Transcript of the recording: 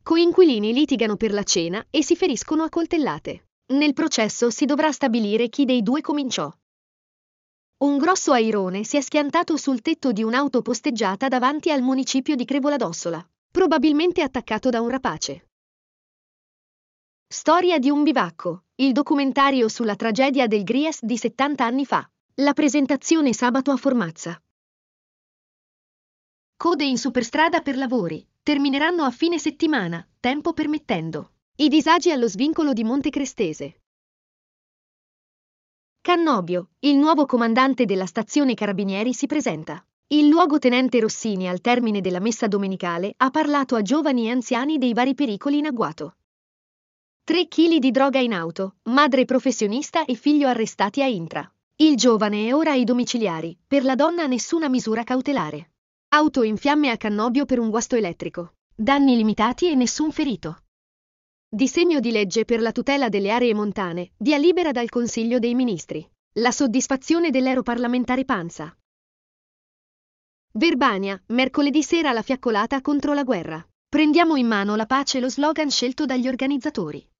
Coinquilini litigano per la cena e si feriscono a coltellate. Nel processo si dovrà stabilire chi dei due cominciò. Un grosso airone si è schiantato sul tetto di un'auto posteggiata davanti al municipio di Crevola-d'Ossola, probabilmente attaccato da un rapace. Storia di un bivacco, il documentario sulla tragedia del Gries di 70 anni fa. La presentazione sabato a Formazza. Code in superstrada per lavori, termineranno a fine settimana, tempo permettendo. I disagi allo svincolo di Monte Crestese. Cannobio, il nuovo comandante della stazione Carabinieri si presenta. Il luogotenente Rossini al termine della messa domenicale ha parlato a giovani e anziani dei vari pericoli in agguato. 3 kg di droga in auto, madre professionista e figlio arrestati a Intra. Il giovane è ora ai domiciliari, per la donna nessuna misura cautelare. Auto in fiamme a Cannobio per un guasto elettrico. Danni limitati e nessun ferito. Disegno di legge per la tutela delle aree montane, via libera dal Consiglio dei Ministri. La soddisfazione dell'europarlamentare Panza. Verbania, mercoledì sera la fiaccolata contro la guerra. Prendiamo in mano la pace, lo slogan scelto dagli organizzatori.